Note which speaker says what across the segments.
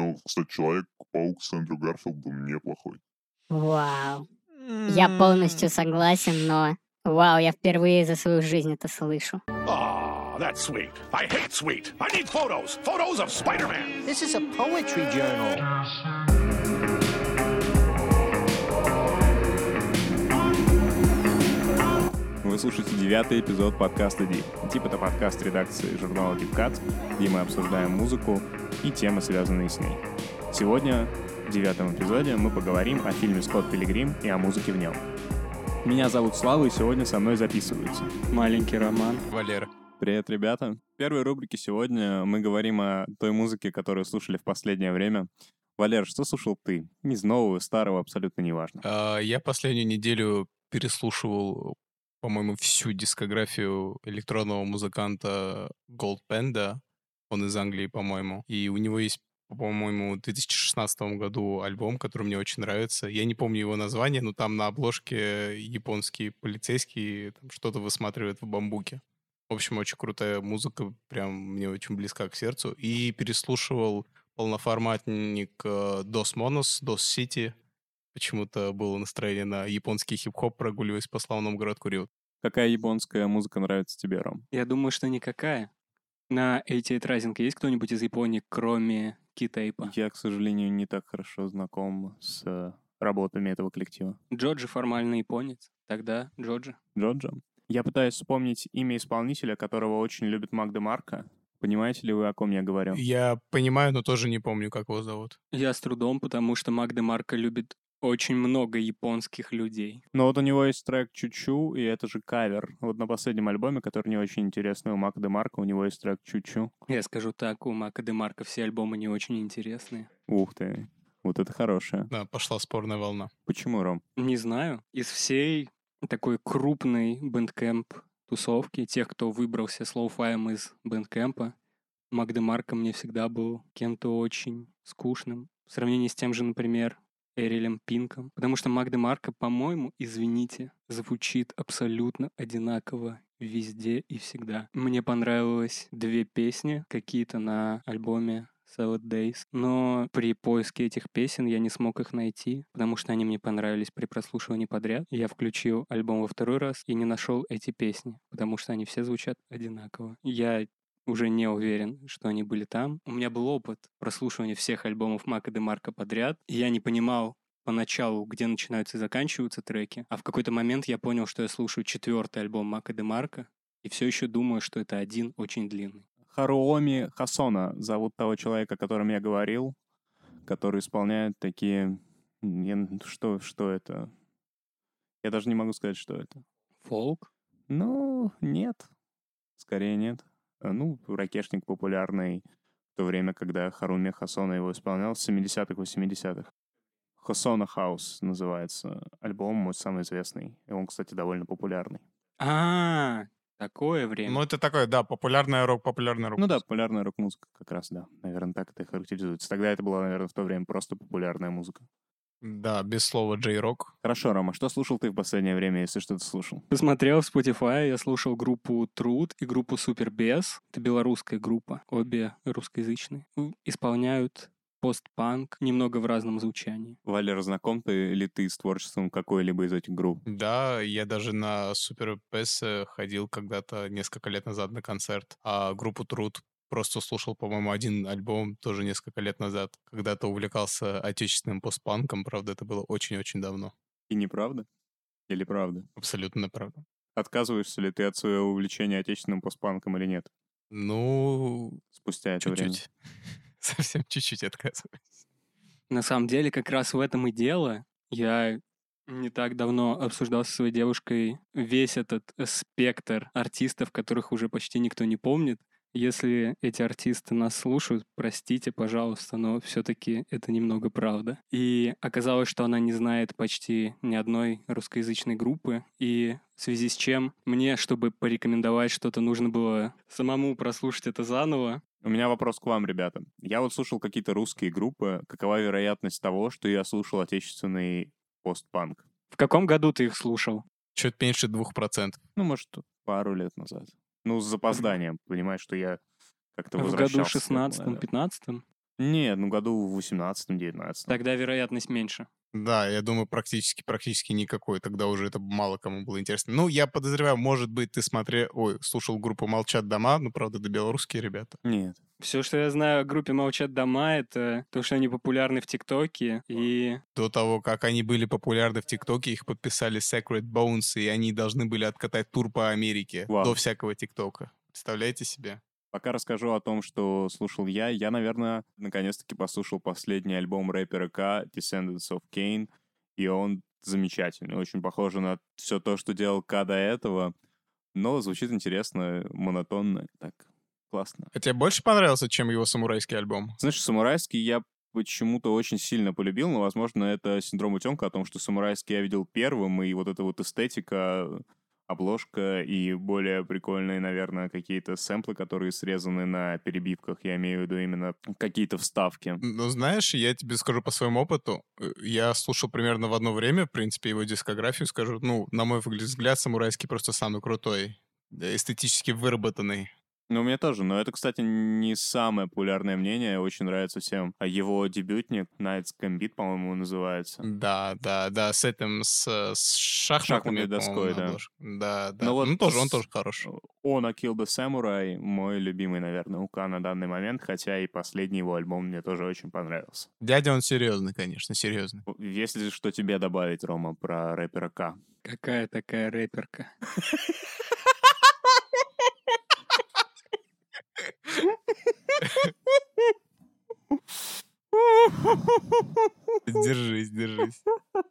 Speaker 1: понял, кстати, Человек-паук с Эндрю Гарфилдом неплохой.
Speaker 2: Вау. Я полностью согласен, но... Вау, я впервые за свою жизнь это слышу.
Speaker 3: Oh, that's sweet. I hate sweet. I need photos. Photos of Spider-Man.
Speaker 4: This is a poetry journal.
Speaker 5: Вы слушаете 9-й эпизод подкаста Deep. Deep — это подкаст редакции журнала Deep Cut, где мы обсуждаем музыку и темы, связанные с ней. Сегодня, в 9-м эпизоде, мы поговорим о фильме «Скотт Пилигрим» и о музыке в нем. Меня зовут Слава, и сегодня со мной записываются
Speaker 6: Маленький Роман.
Speaker 7: Валера.
Speaker 5: Привет, ребята. В первой рубрике сегодня мы говорим о той музыке, которую слушали в последнее время. Валер, что слушал ты? Из нового, старого, абсолютно неважно.
Speaker 7: Я последнюю неделю переслушивал, по-моему, всю дискографию электронного музыканта Gold Panda. Он из Англии, по-моему. И у него есть, по-моему, в 2016 году альбом, который мне очень нравится. Я не помню его название, но там на обложке японские полицейские что-то высматривают в бамбуке. В общем, очень крутая музыка, прям мне очень близка к сердцу. И переслушивал полноформатник Dos Monos, Dos City. Почему-то было настроение на японский хип-хоп, прогуливаясь по славному городку Рио.
Speaker 5: Какая японская музыка нравится тебе, Ром?
Speaker 6: Я думаю, что никакая. На 88 Rising есть кто-нибудь из Японии, кроме Китейпа?
Speaker 5: Я, к сожалению, не так хорошо знаком с работами этого коллектива.
Speaker 6: Джоджи формально японец. Тогда Джоджи.
Speaker 5: Джоджо? Я пытаюсь вспомнить имя исполнителя, которого очень любит Мак Демарко. Понимаете ли вы, о ком я говорю?
Speaker 7: Я понимаю, но тоже не помню, как его зовут.
Speaker 6: Я с трудом, потому что Мак Демарко любит очень много японских людей.
Speaker 5: Но вот у него есть трек «Чучу», и это же кавер. Вот на последнем альбоме, который не очень интересный, у Мака Демарко, у него есть трек «Чучу».
Speaker 6: Я скажу так, у Мака Демарко все альбомы не очень интересные.
Speaker 5: Ух ты, вот это хорошее.
Speaker 7: Да, пошла спорная волна.
Speaker 5: Почему, Ром?
Speaker 6: Не знаю. Из всей такой крупной бэндкэмп-тусовки, тех, кто выбрался с лоу-фаем из бэндкэмпа, Мак Демарко мне всегда был кем-то очень скучным. В сравнении с тем же, например, Эрилем Пинком. Потому что Мак Демарко, по-моему, извините, звучит абсолютно одинаково везде и всегда. Мне понравилось 2 песни какие-то на альбоме Salad Days, но при поиске этих песен я не смог их найти, потому что они мне понравились при прослушивании подряд. Я включил альбом во второй раз и не нашел эти песни, потому что они все звучат одинаково. Я уже не уверен, что они были там. У меня был опыт прослушивания всех альбомов Мака Демарко подряд, и я не понимал поначалу, где начинаются и заканчиваются треки, а в какой-то момент я понял, что я слушаю 4-й альбом Мака Демарко, и все еще думаю, что это один очень длинный.
Speaker 5: Харуоми Хасона зовут того человека, о котором я говорил, который исполняет такие... Что это? Я даже не могу сказать, что это.
Speaker 6: Фолк?
Speaker 5: Ну, нет. Скорее нет. Ну, ракешник популярный в то время, когда Харуми Хасона его исполнял, с 70-х, 80-х. Хосона Хаус называется альбом, мой самый известный. И он, кстати, довольно популярный.
Speaker 6: Такое время.
Speaker 7: Ну, это такое, да, популярная рок.
Speaker 5: Ну да, популярная рок-музыка как раз, да. Наверное, так это и характеризуется. Тогда это была, наверное, в то время просто популярная музыка.
Speaker 7: Да, без слова джей-рок.
Speaker 5: Хорошо, Рома, что слушал ты в последнее время, если что-то слушал?
Speaker 6: Посмотрел в Spotify, я слушал группу Труд и группу Супербес. Это белорусская группа, обе русскоязычные. Исполняют постпанк, немного в разном звучании.
Speaker 5: Валер, знаком ли ты с творчеством какой-либо из этих групп?
Speaker 7: Да, я даже на Супер Пес ходил когда-то несколько лет назад на концерт, а группу Труд просто слушал, по-моему, один альбом тоже несколько лет назад. Когда-то увлекался отечественным постпанком, правда, это было очень-очень давно.
Speaker 5: И неправда? Или правда?
Speaker 7: Абсолютно правда.
Speaker 5: Отказываешься ли ты от своего увлечения отечественным постпанком или нет?
Speaker 7: Ну,
Speaker 5: Спустя это время.
Speaker 7: чуть-чуть. Совсем чуть-чуть отказываюсь.
Speaker 6: На самом деле, как раз в этом и дело. Я не так давно обсуждал со своей девушкой весь этот спектр артистов, которых уже почти никто не помнит. Если эти артисты нас слушают, простите, пожалуйста, но все-таки это немного правда. И оказалось, что она не знает почти ни одной русскоязычной группы, и в связи с чем мне, чтобы порекомендовать что-то, нужно было самому прослушать это заново.
Speaker 5: У меня вопрос к вам, ребята. Я вот слушал какие-то русские группы. Какова вероятность того, что я слушал отечественный постпанк?
Speaker 6: В каком году ты их слушал?
Speaker 7: Чуть меньше 2%.
Speaker 5: Ну, может, пару лет назад. Ну, с запозданием, понимаешь, что я как-то
Speaker 6: В
Speaker 5: возвращался.
Speaker 6: году 16-м, 15-м?
Speaker 5: Нет, ну году в 18-19.
Speaker 6: Тогда вероятность меньше.
Speaker 7: Да, я думаю, практически никакой. Тогда уже это мало кому было интересно. Ну, я подозреваю, может быть, ты слушал группу «Молчат дома», ну, правда, это белорусские ребята.
Speaker 5: Нет.
Speaker 6: Все, что я знаю о группе «Молчат дома», это то, что они популярны в ТикТоке, и
Speaker 7: До того, как они были популярны в ТикТоке, их подписали Sacred Bones, и они должны были откатать тур по Америке
Speaker 5: Вау.
Speaker 7: до всякого ТикТока. Представляете себе?
Speaker 5: Пока расскажу о том, что слушал я. Я, наверное, наконец-таки послушал последний альбом рэпера К, Descendants of Cain, и он замечательный. Очень похож на все то, что делал К до этого, но звучит интересно, монотонно, так классно.
Speaker 7: А тебе больше понравился, чем его самурайский альбом?
Speaker 5: Знаешь, самурайский я почему-то очень сильно полюбил, но, возможно, это синдром утенка о том, что самурайский я видел первым, и вот эта вот эстетика, обложка и более прикольные, наверное, какие-то сэмплы, которые срезаны на перебивках. Я имею в виду именно какие-то вставки.
Speaker 7: Ну, знаешь, я тебе скажу по своему опыту. Я слушал примерно в одно время, в принципе, его дискографию, скажу. Ну, на мой взгляд, самурайский просто самый крутой, эстетически выработанный.
Speaker 5: Ну, мне тоже. Но это, кстати, не самое популярное мнение. Очень нравится всем. А его дебютник, Night's Gambit, по-моему, называется.
Speaker 7: Да, с этим, с шахматными,
Speaker 5: Шахматной доской,
Speaker 7: по-моему, на
Speaker 5: да.
Speaker 7: обложке. Да.
Speaker 5: Ну вот
Speaker 7: он тоже хорош.
Speaker 5: Он A Kill the Samurai, мой любимый, наверное, УК на данный момент, хотя и последний его альбом мне тоже очень понравился.
Speaker 7: Дядя он серьезный, конечно, серьезный.
Speaker 5: Если что тебе добавить, Рома, про рэпера К?
Speaker 6: какая такая рэперка.
Speaker 7: Держись.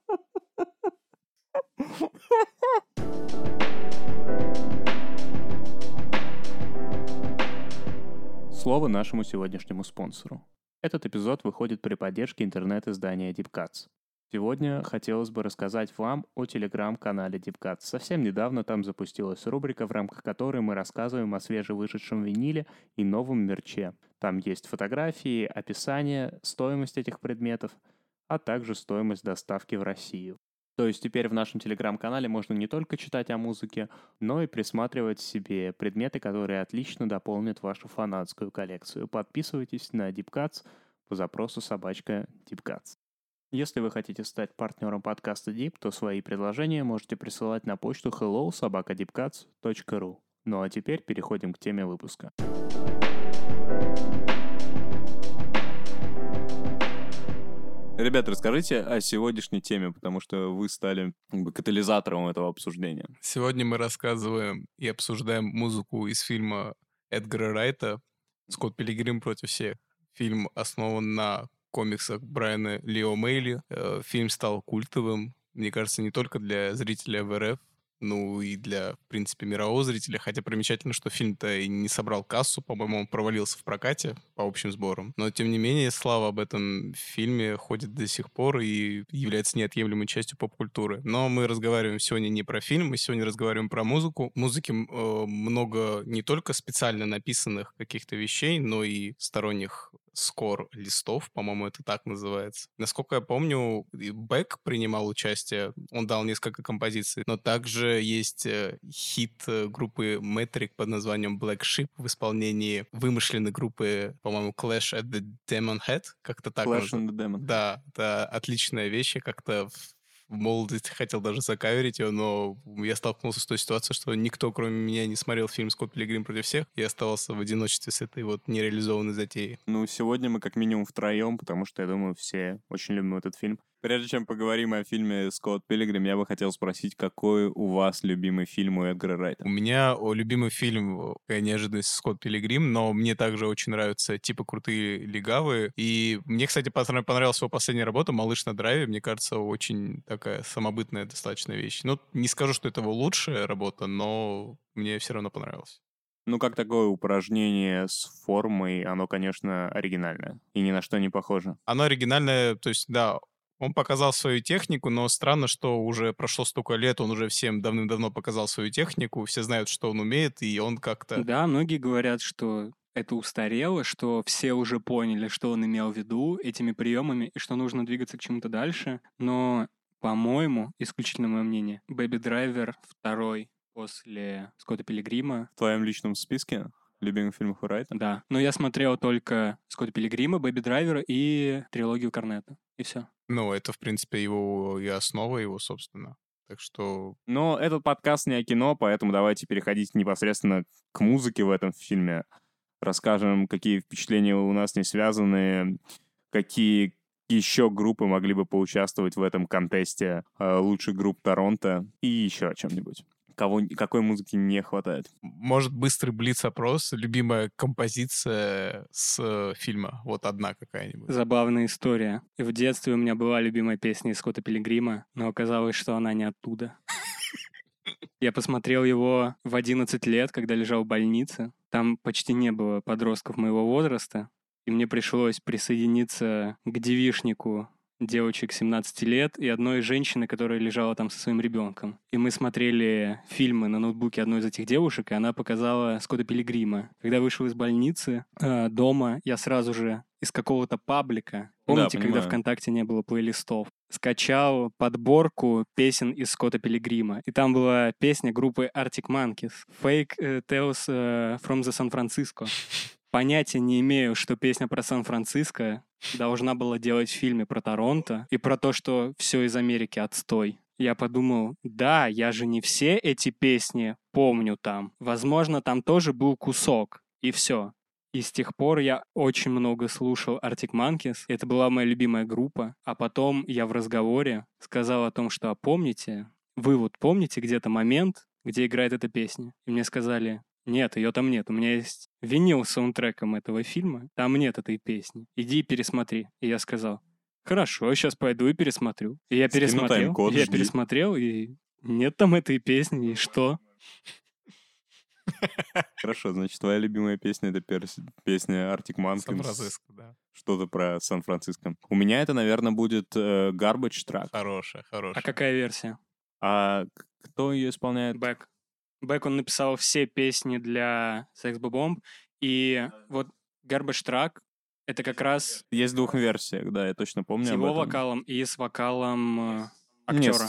Speaker 5: Слово нашему сегодняшнему спонсору. Этот эпизод выходит при поддержке интернет-издания DeepCuts. Сегодня хотелось бы рассказать вам о телеграм-канале DeepCuts. Совсем недавно там запустилась рубрика, в рамках которой мы рассказываем о свежевышедшем виниле и новом мерче. Там есть фотографии, описание, стоимость этих предметов, а также стоимость доставки в Россию. То есть теперь в нашем телеграм-канале можно не только читать о музыке, но и присматривать себе предметы, которые отлично дополнят вашу фанатскую коллекцию. Подписывайтесь на DeepCuts по запросу @DeepCuts. Если вы хотите стать партнером подкаста Deep, то свои предложения можете присылать на почту hello@deepcuts.ru. Ну а теперь переходим к теме выпуска. Ребята, расскажите о сегодняшней теме, потому что вы стали катализатором этого обсуждения.
Speaker 7: Сегодня мы рассказываем и обсуждаем музыку из фильма Эдгара Райта «Скотт Пилигрим против всех». Фильм основан на комиксах Брайана Ли О'Мейли. Фильм стал культовым, мне кажется, не только для зрителя в РФ, ну и для, в принципе, мирового зрителя. Хотя примечательно, что фильм-то и не собрал кассу. По-моему, он провалился в прокате по общим сборам. Но, тем не менее, слава об этом фильме ходит до сих пор и является неотъемлемой частью поп-культуры. Но мы разговариваем сегодня не про фильм, мы сегодня разговариваем про музыку. Музыки много не только специально написанных каких-то вещей, но и сторонних скор-листов, по-моему, это так называется. Насколько я помню, и Бек принимал участие, он дал несколько композиций, но также есть хит группы Metric под названием Black Sheep в исполнении вымышленной группы, по-моему, Clash at the Demon Head, как-то так.
Speaker 5: Clash and the Demon.
Speaker 7: Да, это отличная вещь, я как-то в молодости хотел даже закаверить ее, но я столкнулся с той ситуацией, что никто, кроме меня, не смотрел фильм «Скотт Пилигрим против всех», и оставался в одиночестве с этой вот нереализованной затеей.
Speaker 5: Ну, сегодня мы как минимум втроем, потому что, я думаю, все очень любим этот фильм. Прежде чем поговорим о фильме «Скотт Пилигрим», я бы хотел спросить, какой у вас любимый фильм у Эдгара Райта?
Speaker 7: У меня любимый фильм, какая неожиданность, «Скотт Пилигрим», но мне также очень нравятся типа «Крутые легавые». И мне, кстати, понравилась его последняя работа «Малыш на драйве». Мне кажется, очень такая самобытная достаточно вещь. Ну, не скажу, что это его лучшая работа, но мне все равно понравилось.
Speaker 5: Ну, как такое упражнение с формой, оно, конечно, оригинальное и ни на что не похоже.
Speaker 7: Оно оригинальное, то есть, да, он показал свою технику, но странно, что уже прошло столько лет, он уже всем давным-давно показал свою технику, все знают, что он умеет, и он как-то...
Speaker 6: Да, многие говорят, что это устарело, что все уже поняли, что он имел в виду этими приемами, и что нужно двигаться к чему-то дальше. Но, по-моему, исключительно мое мнение, Baby Driver 2 после Скотта Пилигрима.
Speaker 5: В твоем личном списке? любимых фильмах у Райта?
Speaker 6: Да. Но я смотрел только Скотта Пилигрима, Бэби Драйвера и трилогию Корнетта. И все.
Speaker 7: Ну, это, в принципе, его и основа его, собственно. Так что...
Speaker 5: Но этот подкаст не о кино, поэтому давайте переходить непосредственно к музыке в этом фильме. Расскажем, какие впечатления у нас не связаны, какие еще группы могли бы поучаствовать в этом контесте лучших групп Торонто и еще о чем-нибудь. Какой музыки не хватает?
Speaker 7: Может, быстрый блиц-опрос? Любимая композиция с фильма? Вот одна какая-нибудь.
Speaker 6: Забавная история. В детстве у меня была любимая песня из Скотта Пилигрима, но оказалось, что она не оттуда. Я посмотрел его в 11 лет, когда лежал в больнице. Там почти не было подростков моего возраста, и мне пришлось присоединиться к девичнику девочек 17 лет и одной женщины, которая лежала там со своим ребенком. И мы смотрели фильмы на ноутбуке одной из этих девушек, и она показала Скотта Пилигрима. Когда я вышел из больницы, дома я сразу же из какого-то паблика, помните, когда
Speaker 5: понимаю.
Speaker 6: ВКонтакте не было плейлистов, скачал подборку песен из Скотта Пилигрима. И там была песня группы Arctic Monkeys «Fake Tales from the San Francisco». Понятия не имею, что песня про Сан-Франциско должна была делать в фильме про Торонто и про то, что все из Америки отстой. Я подумал, да, я же не все эти песни помню там. Возможно, там тоже был кусок, и все. И с тех пор я очень много слушал Arctic Monkeys. Это была моя любимая группа. А потом я в разговоре сказал о том, что вы вот помните где-то момент, где играет эта песня? И мне сказали... Нет, ее там нет. У меня есть винил с саундтреком этого фильма. Там нет этой песни. Иди и пересмотри. И я сказал, хорошо, сейчас пойду и пересмотрю. И я
Speaker 5: Скину
Speaker 6: пересмотрел.
Speaker 5: тайм-код,
Speaker 6: Я
Speaker 5: жди.
Speaker 6: пересмотрел, и нет там этой песни. И что?
Speaker 5: Хорошо, значит, твоя любимая песня — это песня Arctic Monkeys.
Speaker 7: Сан-Франциско, да.
Speaker 5: Что-то про Сан-Франциско. У меня это, наверное, будет Garbage Truck.
Speaker 7: Хорошая.
Speaker 6: А какая версия?
Speaker 5: А кто ее исполняет?
Speaker 6: Бэк, он написал все песни для Sex Bomb, и вот Garbage Truck — это как раз
Speaker 5: Есть в двух версиях, да, я точно помню
Speaker 6: с
Speaker 5: об
Speaker 6: его
Speaker 5: этом.
Speaker 6: вокалом и с вокалом
Speaker 5: Не,
Speaker 6: актера.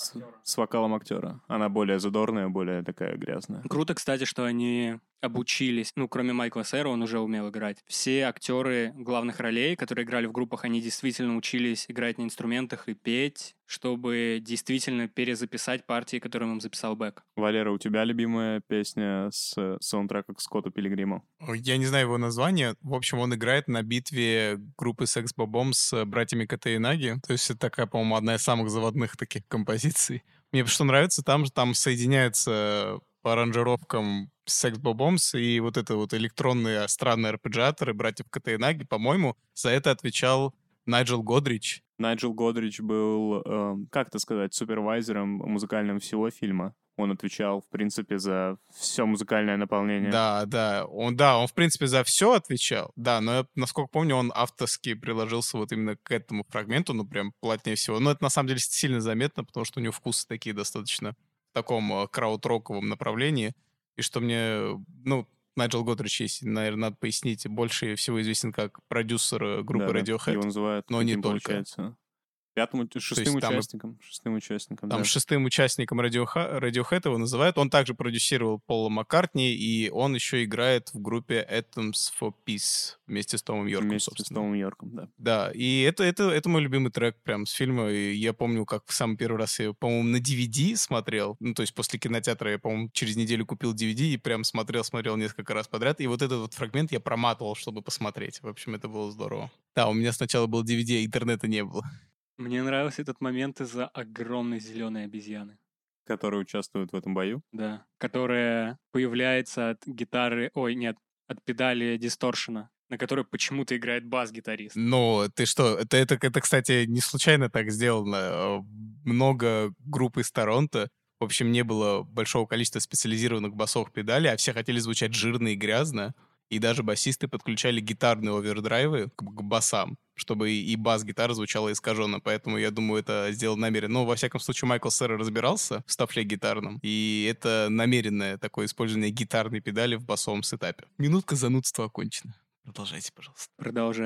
Speaker 5: с вокалом актера. Она более задорная, более такая грязная.
Speaker 6: Круто, кстати, что они обучились, кроме Майкла Сэра, он уже умел играть. Все актеры главных ролей, которые играли в группах, они действительно учились играть на инструментах и петь, чтобы действительно перезаписать партии, которые им записал Бэк.
Speaker 5: Валера, у тебя любимая песня с саундтрека к Скотту Пилигриму?
Speaker 7: Я не знаю его название. В общем, он играет на битве группы Sex Bomb с братьями Катаинаги. То есть это такая, по-моему, одна из самых заводных таких композиций. Мне что нравится, там соединяется по аранжировкам Sex Bombs и вот это вот электронные странные арпеджиаторы братьев Катаинаги. По-моему, за это отвечал Найджел Годрич.
Speaker 5: Найджел Годрич был, как это сказать, супервайзером музыкальным всего фильма. Он отвечал, в принципе, за все музыкальное наполнение.
Speaker 7: Да, он, в принципе, за все отвечал. Да, но я, насколько помню, он авторски приложился вот именно к этому фрагменту, прям плотнее всего. Но это, на самом деле, сильно заметно, потому что у него вкусы такие достаточно в таком краудроковом направлении. И что мне, Найджел Годрич, если, наверное, надо пояснить, больше всего известен как продюсер группы Radiohead.
Speaker 5: Его называют,
Speaker 7: но не
Speaker 5: каким,
Speaker 7: только.
Speaker 5: Получается, шестым участником.
Speaker 7: Там
Speaker 5: да.
Speaker 7: шестым участником Radiohead его называют. Он также продюсировал Пола Маккартни, и он еще играет в группе Atoms for Peace вместе с Томом Йорком,
Speaker 5: Вместе
Speaker 7: собственно.
Speaker 5: с Томом Йорком, да.
Speaker 7: Да, и это мой любимый трек прям с фильма. И я помню, как в самый первый раз я его, по-моему, на DVD смотрел. То есть после кинотеатра я, по-моему, через неделю купил DVD и прям смотрел несколько раз подряд. И вот этот вот фрагмент я проматывал, чтобы посмотреть. В общем, это было здорово. Да, у меня сначала был DVD, а интернета не было.
Speaker 6: Мне нравился этот момент из-за огромной зеленой обезьяны.
Speaker 5: Которые участвуют в этом бою.
Speaker 6: Да. Которая появляется от гитары... от педали дисторшена, на которой почему-то играет бас-гитарист.
Speaker 7: Ну, ты что? Это, кстати, не случайно так сделано. Много групп из Торонто. В общем, не было большого количества специализированных басовых педалей, а все хотели звучать жирно и грязно. И даже басисты подключали гитарные овердрайвы к басам, чтобы и бас-гитара звучала искаженно. Поэтому, я думаю, это сделано намеренно. Но, во всяком случае, Майкл Сэр разбирался в стафле гитарном. И это намеренное такое использование гитарной педали в басовом сетапе. Минутка занудства окончена. Продолжайте, пожалуйста.
Speaker 6: Продолжай.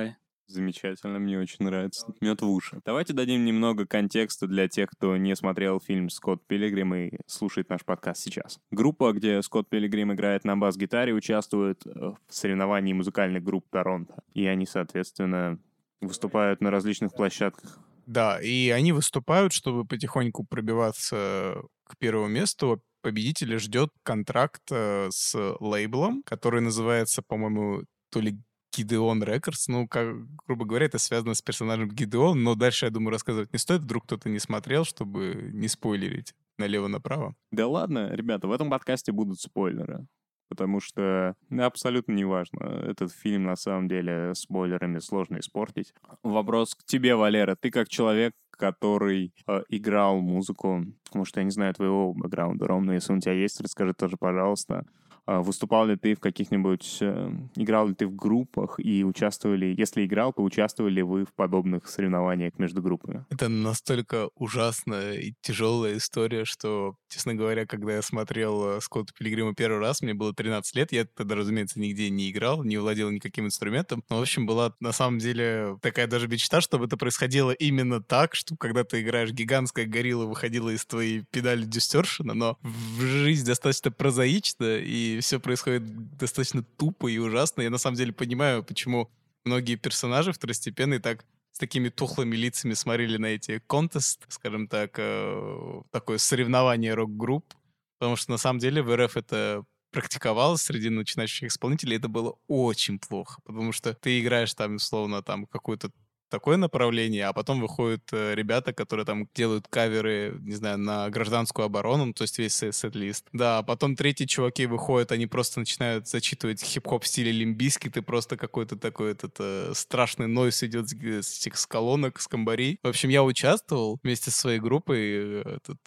Speaker 5: Замечательно, мне очень нравится. Мед в уши. Давайте дадим немного контекста для тех, кто не смотрел фильм «Скотт Пилигрим» и слушает наш подкаст сейчас. Группа, где Скотт Пилигрим играет на бас-гитаре, участвует в соревновании музыкальных групп Торонто. И они, соответственно, выступают на различных площадках.
Speaker 7: Да, и они выступают, чтобы потихоньку пробиваться к первому месту. Победителя ждет контракт с лейблом, который называется, по-моему, то ли Gideon Records. Ну, как, грубо говоря, это связано с персонажем Гидеон, но дальше, я думаю, рассказывать не стоит, вдруг кто-то не смотрел, чтобы не спойлерить налево-направо.
Speaker 5: Да ладно, ребята, в этом подкасте будут спойлеры. Потому что абсолютно неважно. Этот фильм, на самом деле, спойлерами сложно испортить. Вопрос к тебе, Валера. Ты как человек, который играл музыку, может, я не знаю твоего бэкграунда, Ром, но если он у тебя есть, расскажи тоже, пожалуйста. Выступал ли ты в каких-нибудь... Играл ли ты в группах и участвовали... Если играл, то участвовали ли вы в подобных соревнованиях между группами?
Speaker 7: Это настолько ужасная и тяжелая история, что, честно говоря, когда я смотрел «Скотта Пилигрима» первый раз, мне было 13 лет, я тогда, разумеется, нигде не играл, не владел никаким инструментом. Но, в общем, была на самом деле такая даже мечта, чтобы это происходило именно так, что когда ты играешь, гигантская горилла выходила из твоей педали дисторшена, но в жизнь достаточно прозаично, и все происходит достаточно тупо и ужасно. Я на самом деле понимаю, почему многие персонажи второстепенные так с такими тухлыми лицами смотрели на эти контест, скажем так, такое соревнование рок-групп, потому что на самом деле в РФ это практиковалось среди начинающих исполнителей, это было очень плохо, потому что ты играешь там, условно, там какую-то такое направление, а потом выходят ребята, которые там делают каверы, не знаю, на гражданскую оборону, ну, то есть весь сет-лист. Да, а потом третьи чуваки выходят, они просто начинают зачитывать хип-хоп в стиле Limp Bizkit, и просто какой-то такой страшный нойз идет с колонок, с комбарей. В общем, я участвовал вместе со своей группой,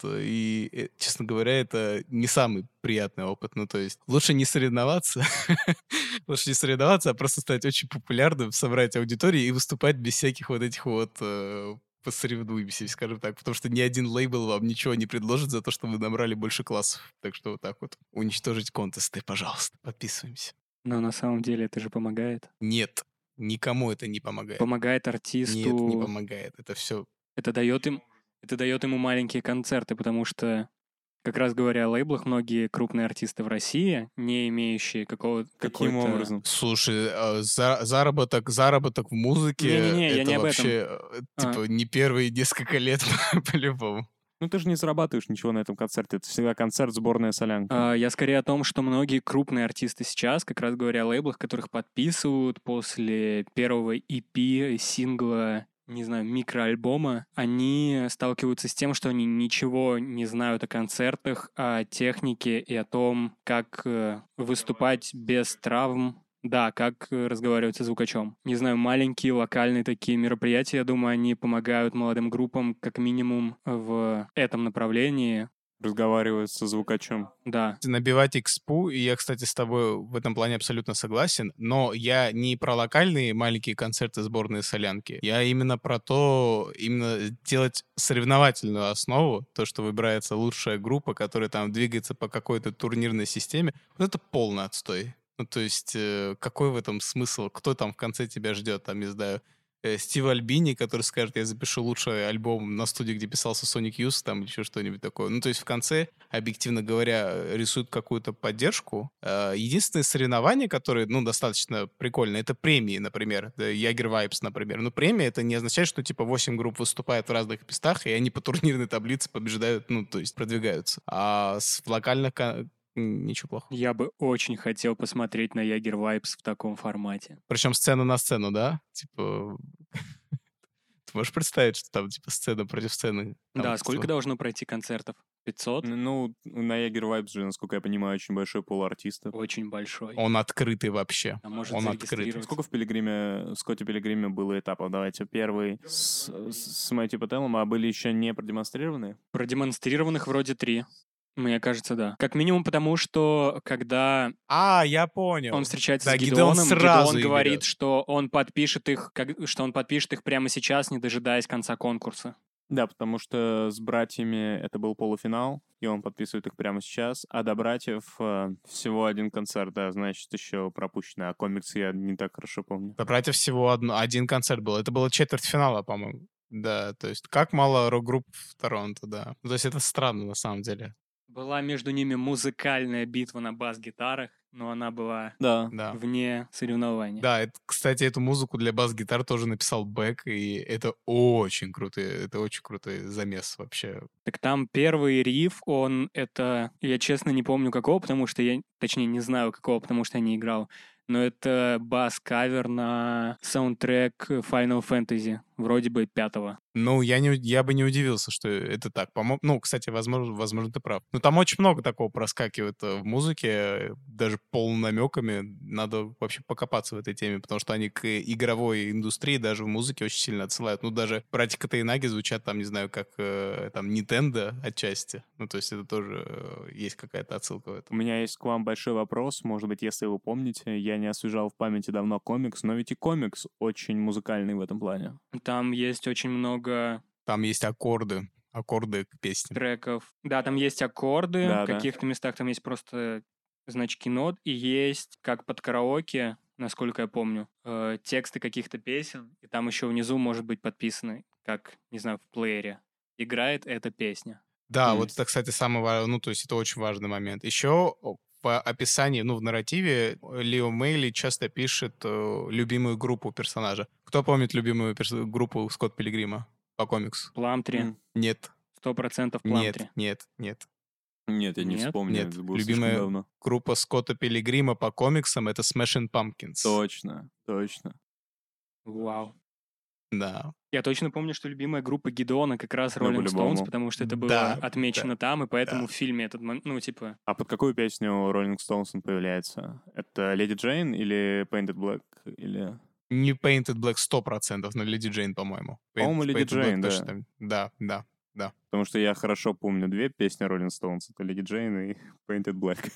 Speaker 7: и, честно говоря, это не самый приятный опыт. Ну, то есть лучше не соревноваться, а просто стать очень популярным, собрать аудиторию и выступать без всяких вот этих вот посоревнуемся, скажем так, потому что ни один лейбл вам ничего не предложит за то, что вы набрали больше классов. Так что вот так вот. Уничтожить контесты, пожалуйста. Подписываемся.
Speaker 6: Но на самом деле это же помогает.
Speaker 7: Нет, никому это не помогает.
Speaker 6: Помогает артисту.
Speaker 7: Нет, не помогает. Это все...
Speaker 6: Это дает ему маленькие концерты, потому что, как раз говоря о лейблах, многие крупные артисты в России, не имеющие какого-то...
Speaker 5: Каким образом?
Speaker 7: Слушай, заработок в музыке...
Speaker 6: Не-не-не,
Speaker 7: это
Speaker 6: я не об этом.
Speaker 7: вообще, типа, не первые несколько лет по-любому.
Speaker 5: Ну, ты же не зарабатываешь ничего на этом концерте. Это всегда концерт, сборная солянка.
Speaker 6: Я скорее о том, что многие крупные артисты сейчас, как раз говоря о лейблах, которых подписывают после первого EP, сингла, не знаю, микроальбома, они сталкиваются с тем, что они ничего не знают о концертах, о технике и о том, как выступать без травм. Да, как разговаривать со звукачом. Не знаю, маленькие локальные такие мероприятия, я думаю, они помогают молодым группам как минимум в этом направлении.
Speaker 5: Разговаривать со звукачом.
Speaker 6: Да.
Speaker 7: Набивать экспу, и я, кстати, с тобой в этом плане абсолютно согласен, но я не про локальные маленькие концерты сборной солянки, я именно про то, именно делать соревновательную основу, то, что выбирается лучшая группа, которая там двигается по какой-то турнирной системе, вот это полный отстой. Ну, то есть, какой в этом смысл? Кто там в конце тебя ждет? Там, не знаю, Стив Альбини, который скажет, я запишу лучший альбом на студии, где писался Sonic Youth, там, или еще что-нибудь такое. Ну, то есть, в конце, объективно говоря, рисуют какую-то поддержку. Единственное соревнование, которое, ну, достаточно прикольно, это премии, например. Jaeger Vibes, например. Но премия — это не означает, что, типа, 8 групп выступают в разных местах, и они по турнирной таблице побеждают, ну, то есть, продвигаются. А в локальных ничего плохого.
Speaker 6: Я бы очень хотел посмотреть на Jaeger Vibes в таком формате.
Speaker 7: Причем сцена на сцену, да? Типа... Ты можешь представить, что там, типа, сцена против сцены?
Speaker 6: Да, сколько должно пройти концертов? 500?
Speaker 5: Ну, на Jaeger Vibes же, насколько я понимаю, очень большой пул артистов.
Speaker 6: Очень большой.
Speaker 7: Он открытый вообще.
Speaker 6: А может
Speaker 7: Он открытый.
Speaker 6: зарегистрироваться.
Speaker 5: Сколько в Скотте Пилигриме было этапов? Давайте, первый с Мэтью Пателлом, а были еще не продемонстрированы?
Speaker 6: Продемонстрированных вроде 3. Мне кажется, да. Как минимум потому, что когда
Speaker 7: Я понял.
Speaker 6: он встречается
Speaker 7: Да,
Speaker 6: с Гидеоном,
Speaker 7: сразу
Speaker 6: Гидеон
Speaker 7: их
Speaker 6: говорит,
Speaker 7: берет.
Speaker 6: что он подпишет их, что он подпишет их прямо сейчас, не дожидаясь конца конкурса.
Speaker 5: Да, потому что с братьями это был полуфинал, и он подписывает их прямо сейчас, а до братьев всего один концерт, да, значит, еще пропущено, а комикс я не так хорошо помню.
Speaker 7: До братьев всего один концерт был. Это было четвертьфинала, по-моему. Да, то есть как мало рок-групп в Торонто, да. То есть это странно на самом деле.
Speaker 6: Была между ними музыкальная битва на бас-гитарах, но она была
Speaker 5: Да.
Speaker 7: Да.
Speaker 6: вне соревнований.
Speaker 7: Да, кстати, эту музыку для бас-гитар тоже написал Бэк, и это очень крутой замес вообще.
Speaker 6: Так там первый риф, я честно не помню какого, точнее не знаю какого, потому что я не играл, но это бас-кавер на саундтрек Final Fantasy, вроде бы 5-го.
Speaker 7: Ну, я бы не удивился, что это так. Ну, кстати, возможно, ты прав. Но там очень много такого проскакивает в музыке, даже полунамеками. Надо вообще покопаться в этой теме, потому что они к игровой индустрии даже в музыке очень сильно отсылают. Ну, даже братья Тайнаги звучат там, не знаю, как там Nintendo отчасти. Ну, то есть это тоже есть какая-то отсылка в этом.
Speaker 5: У меня есть к вам большой вопрос, может быть, если вы помните, я не освежал в памяти давно комикс, но ведь и комикс очень музыкальный в этом плане.
Speaker 6: Там есть очень много
Speaker 7: Там есть аккорды к песне.
Speaker 6: треков. Да, там есть аккорды,
Speaker 5: Да,
Speaker 6: в каких-то местах там есть просто значки нот, и есть, как под караоке, насколько я помню, тексты каких-то песен, и там еще внизу может быть подписаны, как, не знаю, в плеере. Играет эта песня.
Speaker 7: Да, вот это, кстати, самый важный, ну, то есть это очень важный момент. Еще в описании, ну, в нарративе Лио Мейли часто пишет любимую группу персонажа. Кто помнит любимую группу Скотт Пилигрима по комиксу?
Speaker 6: Пламтри.
Speaker 7: Нет.
Speaker 6: 100% Пламтри.
Speaker 7: Нет.
Speaker 5: Нет, я не
Speaker 6: Нет?
Speaker 5: вспомню,
Speaker 7: Нет.
Speaker 5: это было
Speaker 7: Любимая
Speaker 5: слишком давно.
Speaker 7: группа Скотта Пилигрима по комиксам — это Smashing Pumpkins.
Speaker 5: Точно.
Speaker 6: Вау.
Speaker 7: Да.
Speaker 6: Я точно помню, что любимая группа Гидеона как раз
Speaker 5: Ну,
Speaker 6: Rolling
Speaker 5: по-любому.
Speaker 6: Stones, потому что это было
Speaker 7: Да,
Speaker 6: отмечено там, и поэтому в фильме этот момент, ну, типа...
Speaker 5: А под какую песню Rolling Stones он появляется? Это Lady Jane или Painted Black? Или...
Speaker 7: Не Painted Black 100%, но Lady Jane, по-моему.
Speaker 5: По-моему, Lady
Speaker 7: Painted Black
Speaker 5: Jane,
Speaker 7: точно
Speaker 5: да.
Speaker 7: там. Да.
Speaker 5: Потому что я хорошо помню две песни Rolling Stones. Это Lady Jane и Painted Black.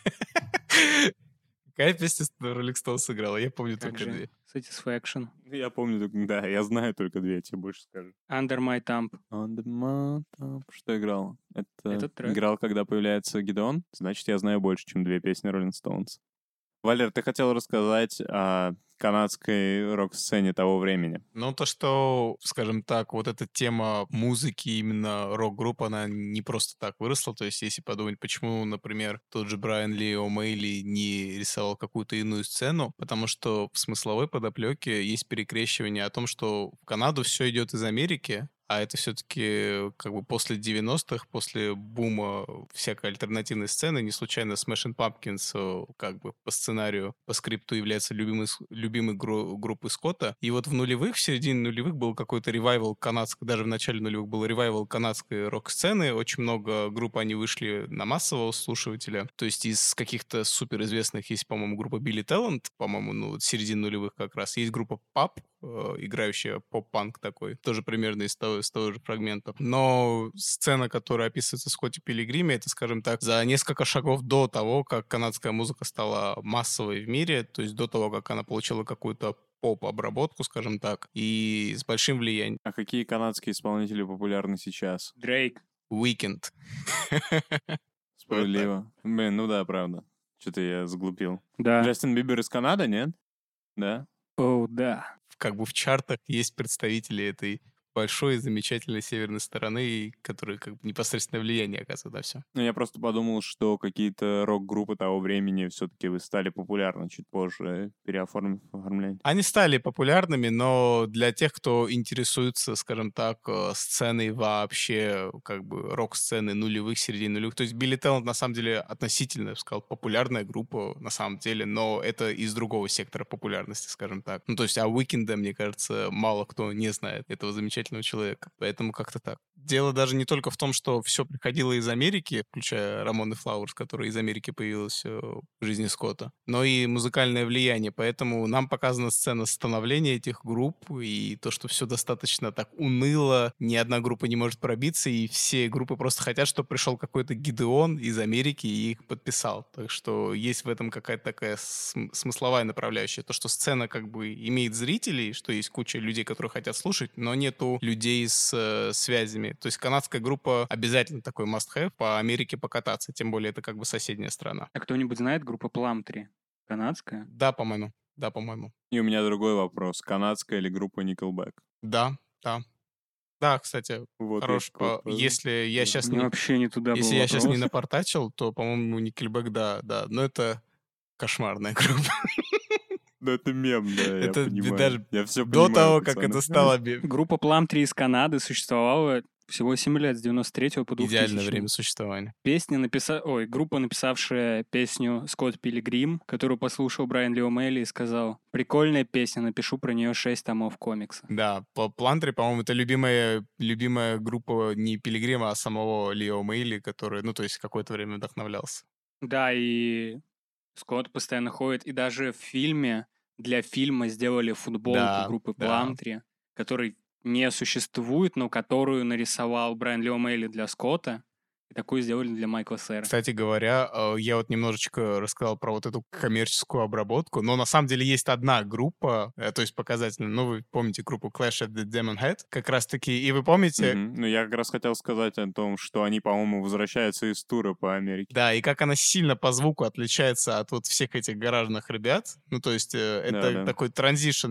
Speaker 7: Какая песня Rolling Stones сыграла? Я помню
Speaker 6: Как
Speaker 7: только
Speaker 6: же?
Speaker 7: две.
Speaker 6: Satisfaction.
Speaker 5: Я помню, да, я знаю только две, я тебе больше скажу.
Speaker 6: Under My Thumb.
Speaker 5: Under my thumb. Что играл? Это
Speaker 6: Этот трек.
Speaker 5: играл, когда появляется Гидеон. Значит, я знаю больше, чем две песни Rolling Stones. Валер, ты хотел рассказать о канадской рок-сцене того времени.
Speaker 7: Ну, то, что, скажем так, вот эта тема музыки, именно рок-групп, она не просто так выросла. То есть, если подумать, почему, например, тот же Брайан Ли О'Мейли не рисовал какую-то иную сцену, потому что в смысловой подоплеке есть перекрещивание о том, что в Канаду все идет из Америки, а это все-таки как бы после 90-х, после бума всякой альтернативной сцены, не случайно Smashing Pumpkins как бы по сценарию, по скрипту является любимой группой Скотта. И вот в нулевых, в середине нулевых был какой-то ревайвал канадской, даже в начале нулевых был ревайвал канадской рок-сцены. Очень много групп, они вышли на массового слушателя. То есть из каких-то суперизвестных есть, по-моему, группа Billy Talent, по-моему, ну вот середины нулевых как раз. Есть группа Pub, играющая поп-панк такой, тоже примерно из того же фрагмента. Но сцена, которая описывается в Скотте Пилигриме, это, скажем так, за несколько шагов до того, как канадская музыка стала массовой в мире, то есть до того, как она получила какую-то поп-обработку, скажем так, и с большим влиянием.
Speaker 5: А какие канадские исполнители популярны сейчас?
Speaker 6: Дрейк.
Speaker 7: Weekend.
Speaker 5: Справедливо. Блин, ну да, правда. Что-то я заглупил.
Speaker 6: Да.
Speaker 5: Джастин Бибер из Канады, нет? Да?
Speaker 6: О, да.
Speaker 7: Как бы в чартах есть представители этой большой и замечательной северной стороны, которые как бы непосредственное влияние оказывают на все.
Speaker 5: Ну, я просто подумал, что какие-то рок-группы того времени все-таки вы стали популярны чуть позже, оформлять.
Speaker 7: Они стали популярными, но для тех, кто интересуется, скажем так, сценой вообще, как бы рок-сцены нулевых, середины нулевых. То есть Billy Talent, на самом деле, относительно, я бы сказал, популярная группа, на самом деле, но это из другого сектора популярности, скажем так. Ну, то есть, а Weeknd, мне кажется, мало кто не знает этого замечательного человека. Поэтому как-то так. дело даже не только в том, что все приходило из Америки, включая Рамон и Флауэрс, которая из Америки появилась в жизни Скотта, но и музыкальное влияние. Поэтому нам показана сцена становления этих групп, и то, что все достаточно так уныло, ни одна группа не может пробиться, и все группы просто хотят, чтобы пришел какой-то Гидеон из Америки и их подписал. Так что есть в этом какая-то такая смысловая направляющая. То, что сцена как бы имеет зрителей, что есть куча людей, которые хотят слушать, но нету людей с связями. То есть канадская группа обязательно такой must-have по Америке покататься, тем более это как бы соседняя страна.
Speaker 6: А кто-нибудь знает группу Plumtree? Канадская?
Speaker 7: Да, по-моему. Да, по-моему.
Speaker 5: И у меня другой вопрос. Канадская или группа Nickelback?
Speaker 7: Да, да. Да, кстати,
Speaker 5: Вот
Speaker 7: хорош. Если я сейчас
Speaker 6: Мне вообще не туда был
Speaker 7: если я сейчас не
Speaker 6: вопрос.
Speaker 7: напортачил, то, по-моему, Nickelback, да. Но это кошмарная группа.
Speaker 5: Да это мем, да, я
Speaker 7: Это
Speaker 5: понимаю.
Speaker 7: даже
Speaker 5: Я все
Speaker 7: До
Speaker 5: понимаю,
Speaker 7: того, как
Speaker 5: пацаны.
Speaker 7: это стало
Speaker 6: Группа Plumtree из Канады существовала всего 7 лет, с 93 по 2000.
Speaker 7: идеальное время существования.
Speaker 6: Группа, написавшая песню «Скотт Пилигрим», которую послушал Брайан Ли О'Мелли и сказал: «Прикольная песня, напишу про нее 6 томов комикса».
Speaker 7: Да, Plumtree, по-моему, это любимая группа не Пилигрима, а самого Лио Мейли, который, то есть какое-то время вдохновлялся.
Speaker 6: Да, и Скотт постоянно ходит, и даже для фильма сделали футболку
Speaker 7: Да,
Speaker 6: группы
Speaker 7: да.
Speaker 6: Plumtree, который не существует, но которую нарисовал Брайан Ли О'Мелли для Скотта, и такую сделали для Майкла Сэра.
Speaker 7: Кстати говоря, я вот немножечко рассказал про вот эту коммерческую обработку, но на самом деле есть одна группа, то есть показательная, вы помните группу Clash at the Demon Head, как раз-таки, и вы помните...
Speaker 5: Мгм. Ну, я как раз хотел сказать о том, что они, по-моему, возвращаются из тура по Америке.
Speaker 7: Да, и как она сильно по звуку отличается от вот всех этих гаражных ребят. То есть это
Speaker 5: Да.
Speaker 7: такой транзишн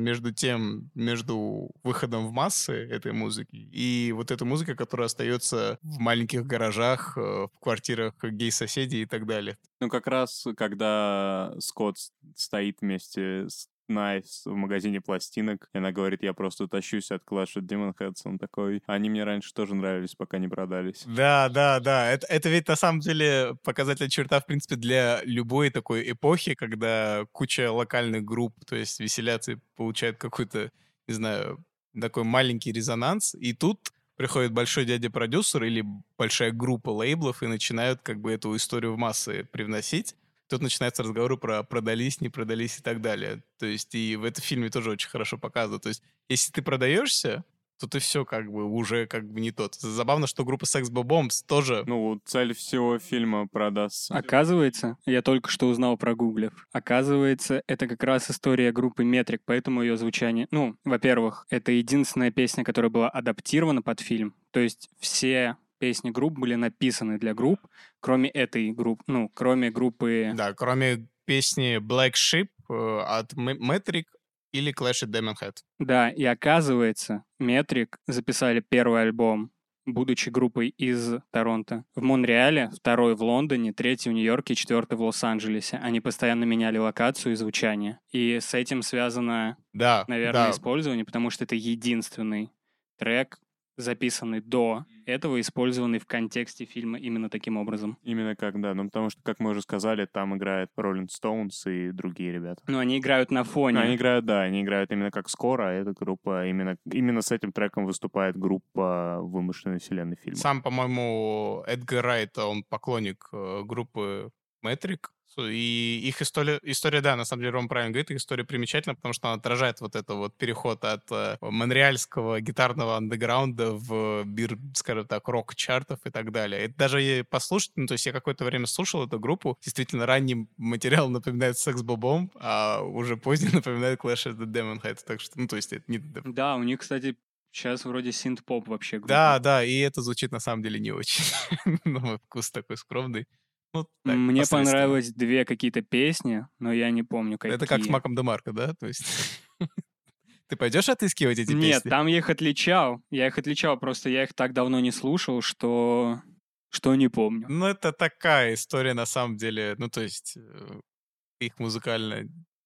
Speaker 7: между выходом в массы этой музыки и вот этой музыкой, которая остается в маленьких гаражах, в квартирах гей-соседей и так далее.
Speaker 5: Ну, как раз, когда Скотт стоит вместе с Найс в магазине пластинок, и она говорит: я просто тащусь от Clash at Demon Heads, он такой: они мне раньше тоже нравились, пока не продались.
Speaker 7: Да. Это ведь на самом деле показательная черта, в принципе, для любой такой эпохи, когда куча локальных групп, то есть веселятся и получают какой-то, не знаю, такой маленький резонанс, и тут приходит большой дядя-продюсер или большая группа лейблов и начинают как бы эту историю в массы привносить. Тут начинаются разговоры про продались, не продались и так далее. То есть и в этом фильме тоже очень хорошо показано. То есть если ты продаешься, то ты все как бы уже как бы не тот. Забавно, что группа Sex Bombs тоже...
Speaker 5: Ну, цель всего фильма продастся.
Speaker 6: Оказывается, я только что узнал про Гуглев. Оказывается, это как раз история группы Метрик, поэтому ее звучание... Во-первых, это единственная песня, которая была адаптирована под фильм. То есть все песни групп были написаны для групп, кроме этой группы, кроме группы...
Speaker 7: Да, кроме песни Black Sheep от Metric или Clash at Demon Head.
Speaker 6: Да, и оказывается, Метрик записали первый альбом, будучи группой из Торонто, в Монреале, второй в Лондоне, третий в Нью-Йорке, четвертый в Лос-Анджелесе. Они постоянно меняли локацию и звучание. И с этим связано, наверное, использование, потому что это единственный трек, записанный до этого, использованный в контексте фильма именно таким образом.
Speaker 5: Именно как, да. Потому что, как мы уже сказали, там играют Rolling Stones и другие ребята.
Speaker 6: Они играют на фоне.
Speaker 5: Они играют именно как скоро, а эта группа, именно с этим треком выступает группа вымышленной вселенной фильма.
Speaker 7: Сам, по-моему, Эдгар Райт, он поклонник группы Metric. И их история, да, на самом деле, Ром правильно говорит, их история примечательна, потому что она отражает вот это вот переход от монреальского гитарного андеграунда в мир, скажем так, рок-чартов и так далее. Это даже послушать, то есть я какое-то время слушал эту группу, действительно, ранний материал напоминает Sex Bob-Bomb, а уже поздний напоминает Clash at the Demon Head, так что, то есть это не...
Speaker 6: Да, у них, кстати, сейчас вроде синт-поп вообще группа.
Speaker 7: Да, и это звучит на самом деле не очень. Мой вкус такой скромный.
Speaker 6: Мне понравилось 2 какие-то песни, но я не помню, какие.
Speaker 7: Это как с Маком Демарко, да? То есть ты пойдешь отыскивать эти песни?
Speaker 6: Нет, там я их отличал. Просто я их так давно не слушал, что не помню.
Speaker 7: Это такая история на самом деле. То есть их музыкально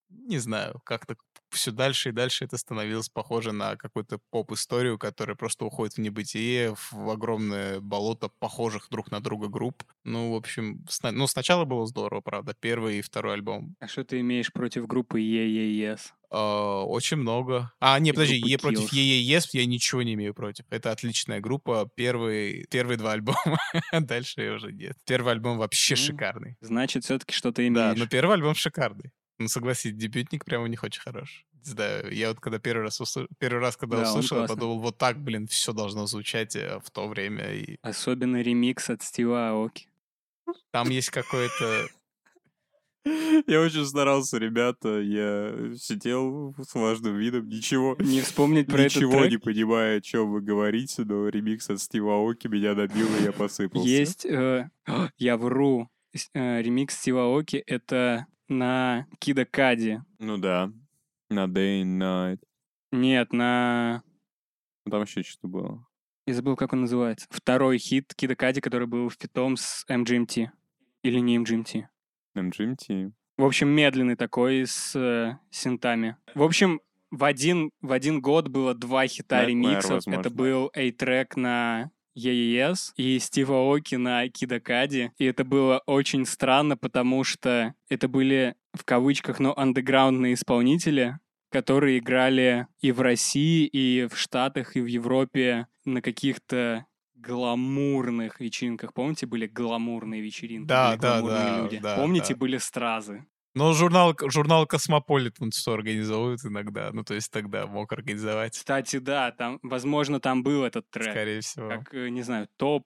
Speaker 7: не знаю, как-то все дальше и дальше это становилось похоже на какую-то поп-историю, которая просто уходит в небытие, в огромное болото похожих друг на друга групп. Ну, в общем, сначала было здорово, правда, первый и второй альбом.
Speaker 6: А что ты имеешь против группы EES?
Speaker 7: Очень много. Не,
Speaker 6: И
Speaker 7: подожди,
Speaker 6: группы
Speaker 7: против
Speaker 6: Kills.
Speaker 7: EES я ничего не имею против. Это отличная группа. Первые два альбома. Дальше уже нет. Первый альбом вообще
Speaker 6: Ну,
Speaker 7: шикарный.
Speaker 6: Значит, все-таки что-то
Speaker 7: Да, но
Speaker 6: имеешь.
Speaker 7: первый альбом шикарный. Ну, согласись, дебютник прямо у них очень хорош. Не знаю, я вот когда первый раз, когда
Speaker 6: Да, он
Speaker 7: услышал, я
Speaker 6: классный.
Speaker 7: подумал, вот так, блин, все должно звучать в то время. И
Speaker 6: Особенно ремикс от Стива Аоки.
Speaker 7: там есть какое-то...
Speaker 5: Я очень старался, ребята. Я сидел с важным видом, ничего
Speaker 6: Не вспомнить про этот
Speaker 5: не
Speaker 6: трек.
Speaker 5: понимаю, о чем вы говорите, но ремикс от Стива Аоки меня добил, и я посыпался.
Speaker 6: Есть, я вру, ремикс Стива Аоки — это на Кида Кади.
Speaker 5: Ну да. На Day and Night.
Speaker 6: Нет, на...
Speaker 5: Ну, там еще что-то было.
Speaker 6: Я забыл, как он называется. Второй хит Кида Кади, который был фитом с MGMT. Или не MGMT.
Speaker 5: MGMT.
Speaker 6: В общем, медленный такой, с синтами. В общем, в один год было 2 хита
Speaker 5: Nightmare,
Speaker 6: ремиксов.
Speaker 5: возможно.
Speaker 6: Это был A-трек на EES и Стив Аоки на Кида Кади. И это было очень странно, потому что это были, в кавычках, но андеграундные исполнители, которые играли и в России, и в Штатах, и в Европе на каких-то гламурных вечеринках. Помните, были гламурные вечеринки?
Speaker 7: Да,
Speaker 6: были
Speaker 7: да,
Speaker 6: гламурные
Speaker 7: да,
Speaker 6: люди.
Speaker 7: да,
Speaker 6: Помните,
Speaker 7: да.
Speaker 6: были стразы?
Speaker 7: Но журнал Космополитен все организовывает иногда. Ну, то есть тогда мог организовать,
Speaker 6: Кстати, да, там, возможно, там был этот трек.
Speaker 7: скорее всего.
Speaker 6: Как, не знаю,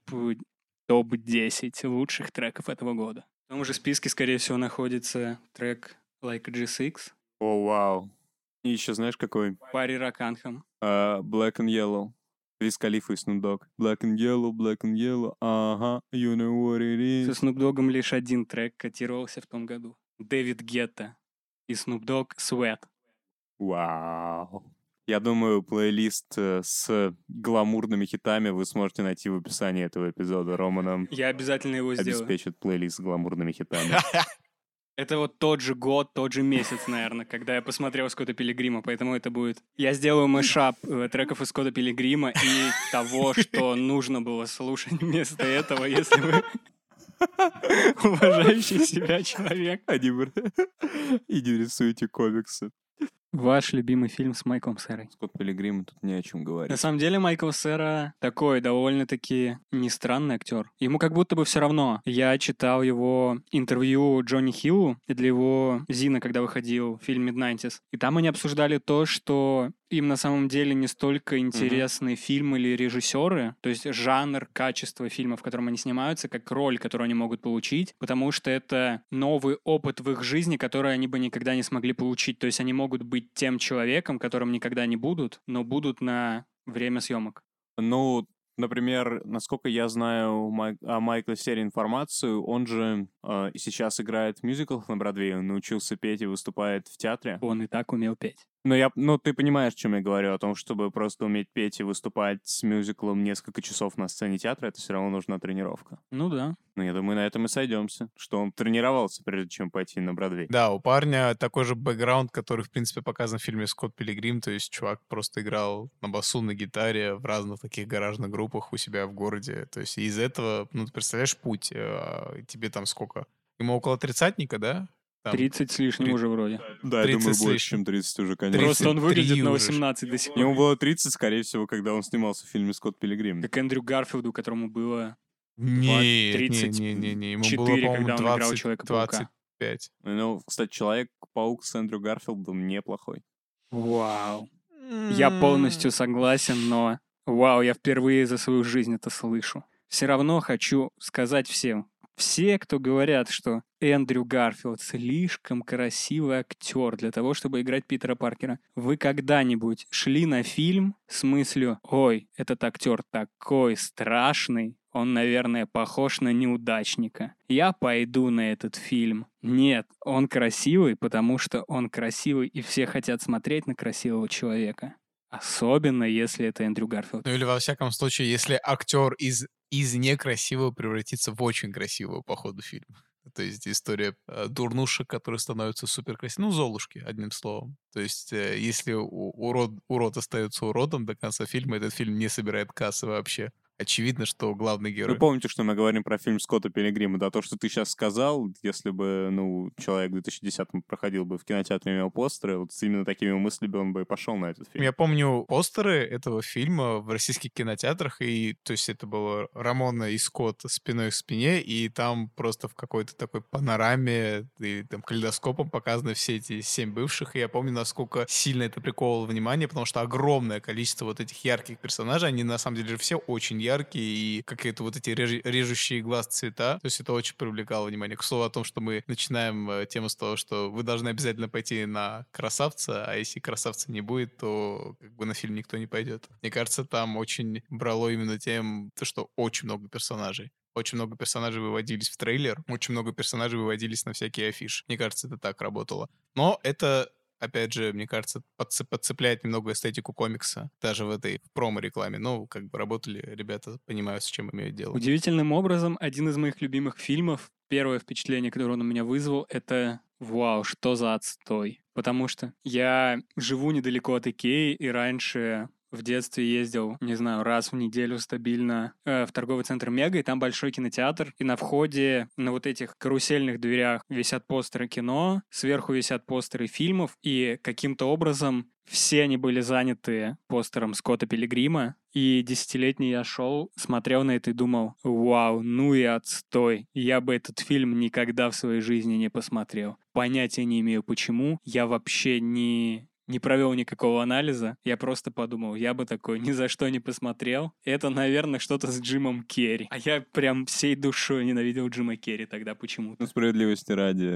Speaker 6: топ-10 лучших треков этого года. В том же списке, скорее всего, находится трек Like a G6,
Speaker 5: О, вау. И еще знаешь какой?
Speaker 6: Пари Раканхам.
Speaker 5: Black and Yellow. Виз Khalifa и Snoop Dogg. Black and Yellow, ага, you know what it
Speaker 6: Со
Speaker 5: is.
Speaker 6: Snoop Dogg'ом лишь один трек котировался в том году. Дэвид Гетта и Snoop Dogg Sweat.
Speaker 5: Вау. Я думаю, плейлист с гламурными хитами вы сможете найти в описании этого эпизода. Рома нам
Speaker 6: Я обязательно его сделаю.
Speaker 5: обеспечит плейлист с гламурными хитами.
Speaker 6: Это вот тот же год, тот же месяц, наверное, когда я посмотрел Скотта Пилигрима, поэтому это будет... Я сделаю мэшап треков из Скотта Пилигрима и того, что нужно было слушать вместо этого, если вы уважающий себя человек.
Speaker 5: И не рисуйте комиксы.
Speaker 6: Ваш любимый фильм с Майклом Сэрой?
Speaker 5: Скотт Пилигрим, тут не о чем
Speaker 6: На
Speaker 5: говорить.
Speaker 6: самом деле Майкл Сера такой довольно-таки не странный актер. Ему как будто бы все равно. Я читал его интервью Джонни Хиллу для его Зина, когда выходил фильм Mid-90s. И там они обсуждали то, что им на самом деле не столько интересны фильмы или режиссеры, то есть жанр, качество фильма, в котором они снимаются, как роль, которую они могут получить, потому что это новый опыт в их жизни, который они бы никогда не смогли получить. То есть они могут быть тем человеком, которым никогда не будут, но будут на время съемок.
Speaker 5: Ну, например, насколько я знаю о Майкле Сере информацию, он же и сейчас играет в мюзиклах на Бродвее, он научился петь и выступает в театре.
Speaker 6: Он и так умел петь.
Speaker 5: Ну, ты понимаешь, о чем я говорю, о том, чтобы просто уметь петь и выступать с мюзиклом несколько часов на сцене театра, это все равно нужна тренировка.
Speaker 6: Ну да.
Speaker 5: Ну, я думаю, на этом и сойдемся, что он тренировался, прежде чем пойти на Бродвей.
Speaker 7: Да, у парня такой же бэкграунд, который, в принципе, показан в фильме «Скотт Пилигрим», то есть чувак просто играл на басу, на гитаре в разных таких гаражных группах у себя в городе. То есть из этого, ну, ты представляешь путь, тебе там сколько? Ему около тридцатника, да? Там
Speaker 6: 30 с лишним уже вроде.
Speaker 5: Да, я
Speaker 7: 30
Speaker 5: думаю,
Speaker 7: с
Speaker 5: больше,
Speaker 7: лишним.
Speaker 5: чем 30 уже, конечно.
Speaker 6: Просто он
Speaker 7: 33
Speaker 6: выглядит на
Speaker 7: уже.
Speaker 6: 18 до сих пор.
Speaker 5: Ему было 30, скорее всего, когда он снимался в фильме «Скотт Пилигрим».
Speaker 6: Как Эндрю Гарфилду, которому было
Speaker 7: Нет,
Speaker 6: 34,
Speaker 7: ему было, по-моему,
Speaker 6: когда он играл
Speaker 7: 20,
Speaker 6: Человека-паука.
Speaker 7: 25.
Speaker 5: Ну, кстати, Человек-паук с Эндрю Гарфилдом неплохой.
Speaker 6: Вау. Я полностью согласен, но вау, я впервые за свою жизнь это слышу. Все равно хочу сказать всем. Все, кто говорят, что Эндрю Гарфилд слишком красивый актер для того, чтобы играть Питера Паркера, вы когда-нибудь шли на фильм с мыслью: ой, этот актер такой страшный, он, наверное, похож на неудачника. Я пойду на этот фильм. Нет, он красивый, потому что он красивый, и все хотят смотреть на красивого человека. Особенно, если это Эндрю Гарфилд.
Speaker 7: Ну или, во всяком случае, если актер из некрасивого превратится в очень красивого по ходу фильма. То есть история дурнушек, которые становятся супер красивыми. Ну, Золушки, одним словом. То есть если урод остается уродом до конца фильма, этот фильм не собирает кассы вообще. Очевидно, что главный
Speaker 5: Вы
Speaker 7: герой...
Speaker 5: помните, что мы говорим про фильм Скотта Пилигрима, да? То, что ты сейчас сказал, если бы, человек в 2010-м проходил бы в кинотеатре, имел постеры, вот с именно такими мыслями он бы и пошел на этот фильм.
Speaker 7: Я помню постеры этого фильма в российских кинотеатрах, и, то есть, это было Рамона и Скотт спиной к спине, и там просто в какой-то такой панораме и там калейдоскопом показаны все эти 7 бывших, и я помню, насколько сильно это приковывало внимание, потому что огромное количество вот этих ярких персонажей, они на самом деле же все очень яркие, и какие-то вот эти режущие глаз цвета, то есть это очень привлекало внимание. К слову о том, что мы начинаем тему с того, что вы должны обязательно пойти на «Красавца», а если «Красавца» не будет, то как бы на фильм никто не пойдет. Мне кажется, там очень брало именно тем, что очень много персонажей. Очень много персонажей выводились в трейлер, очень много персонажей выводились на всякие афиши. Мне кажется, это так работало. Но это, опять же, мне кажется, подцепляет немного эстетику комикса, даже в этой промо-рекламе. Ну, как бы работали ребята, понимают, с чем имеют дело.
Speaker 6: Удивительным образом, один из моих любимых фильмов, первое впечатление, которое он у меня вызвал, это «Вау, что за отстой». Потому что я живу недалеко от Икеи, и раньше в детстве ездил, не знаю, раз в неделю стабильно в торговый центр Мега, и там большой кинотеатр, и на входе на вот этих карусельных дверях висят постеры кино, сверху висят постеры фильмов, и каким-то образом все они были заняты постером Скотта Пилигрима, и десятилетний я шел, смотрел на это и думал, вау, ну и отстой, я бы этот фильм никогда в своей жизни не посмотрел. Понятия не имею почему, я вообще не провел никакого анализа, я просто подумал, я бы такой ни за что не посмотрел. Это, наверное, что-то с Джимом Керри. А я прям всей душой ненавидел Джима Керри тогда почему-то.
Speaker 5: Ну, справедливости ради,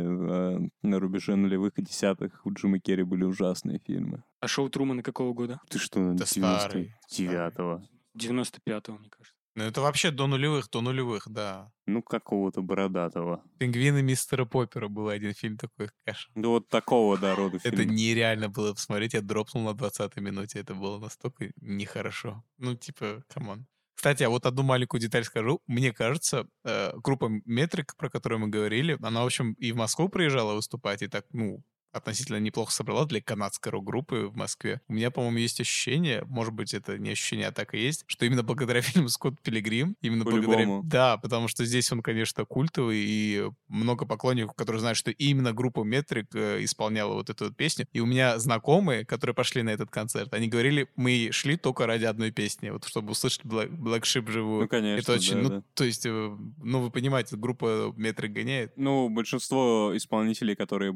Speaker 5: на рубеже нулевых и десятых у Джима Керри были ужасные фильмы.
Speaker 6: А шоу Трумана какого года?
Speaker 5: Ты что,
Speaker 7: Да старый.
Speaker 5: 99-го?
Speaker 6: 95-го, мне кажется.
Speaker 7: Ну, это вообще до нулевых, да.
Speaker 5: Ну, какого-то бородатого.
Speaker 7: «Пингвины мистера Поппера» был один фильм такой, каша.
Speaker 5: Ну, вот такого, да, рода фильма.
Speaker 7: Это нереально было посмотреть, я дропнул на 20-й минуте, это было настолько нехорошо. Ну, типа, камон. Кстати, а вот одну маленькую деталь скажу. Мне кажется, группа «Метрик», про которую мы говорили, она, в общем, и в Москву приезжала выступать, и так, относительно неплохо собрала для канадской рок-группы в Москве. У меня, по-моему, есть ощущение, может быть, это не ощущение, а так и есть, что именно благодаря фильму «Скотт Пилигрим», именно благодаря...
Speaker 5: По-любому.
Speaker 7: Да, потому что здесь он, конечно, культовый, и много поклонников, которые знают, что именно группа «Метрик» исполняла вот эту вот песню. И у меня знакомые, которые пошли на этот концерт, они говорили, мы шли только ради одной песни, вот чтобы услышать Black Sheep живую.
Speaker 5: Ну, конечно,
Speaker 7: Это очень,
Speaker 5: да.
Speaker 7: то есть, вы понимаете, группа «Метрик» гоняет.
Speaker 5: Ну, большинство исполнителей, которые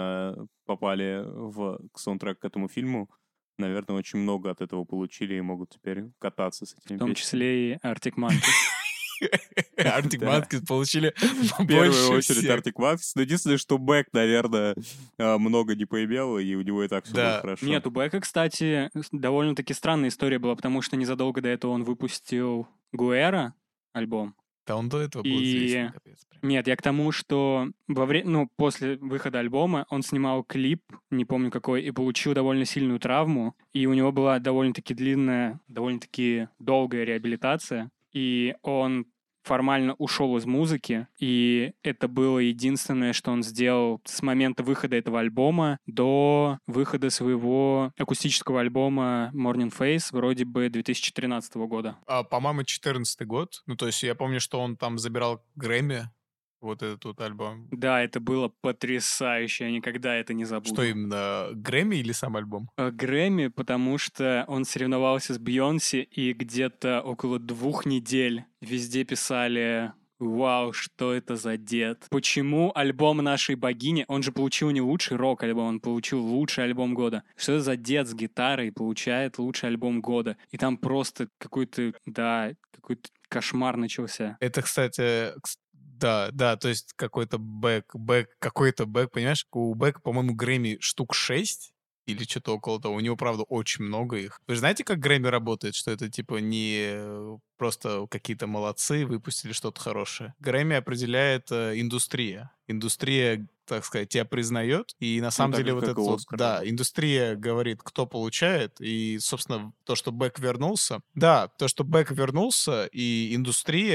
Speaker 5: попали к саундтрек к этому фильму, наверное, очень много от этого получили и могут теперь кататься с этими
Speaker 6: В том числе и Arctic Monkeys.
Speaker 7: Arctic Monkeys получили
Speaker 5: В первую
Speaker 7: больше
Speaker 5: очередь
Speaker 7: всех.
Speaker 5: Arctic Monkeys. Но единственное, что Бэк, наверное, много не поимел, и у него и так все
Speaker 7: Да.
Speaker 5: было хорошо.
Speaker 6: Нет, у Бека, кстати, довольно-таки странная история была, потому что незадолго до этого он выпустил Гуэра альбом.
Speaker 7: Да он до этого был
Speaker 6: И-
Speaker 7: известен, капец. прям.
Speaker 6: Нет, я к тому, что после выхода альбома он снимал клип, не помню какой, и получил довольно сильную травму, и у него была довольно-таки длинная, довольно-таки долгая реабилитация, и он формально ушел из музыки, и это было единственное, что он сделал с момента выхода этого альбома до выхода своего акустического альбома Morning Face вроде бы 2013 года.
Speaker 7: По-моему, 14-й год. Ну, то есть я помню, что он там забирал Грэмми, вот этот вот альбом.
Speaker 6: Да, это было потрясающе, я никогда это не забуду.
Speaker 7: Что именно, Грэмми или сам альбом?
Speaker 6: Грэмми, потому что он соревновался с Бейонсе, и где-то около 2 недель везде писали: «Вау, что это за дед? Почему альбом нашей богини?» Он же получил не лучший рок-альбом, он получил лучший альбом года. Что это за дед с гитарой получает лучший альбом года? И там просто какой-то кошмар начался.
Speaker 7: Это, кстати, да, то есть какой-то бэк, понимаешь? У бэка, по-моему, Грэмми штук 6 или что-то около того. У него, правда, очень много их. Вы же знаете, как Грэмми работает? Что это, типа, не просто какие-то молодцы выпустили что-то хорошее. Грэмми определяет индустрия. Индустрия, так сказать, тебя признает, и на самом
Speaker 5: так
Speaker 7: деле
Speaker 5: же,
Speaker 7: вот
Speaker 5: как
Speaker 7: это
Speaker 5: и
Speaker 7: вот,
Speaker 5: Оскар.
Speaker 7: да, индустрия говорит, кто получает, и, собственно, то, что Бэк вернулся, да, то, что Бэк вернулся, и индустрия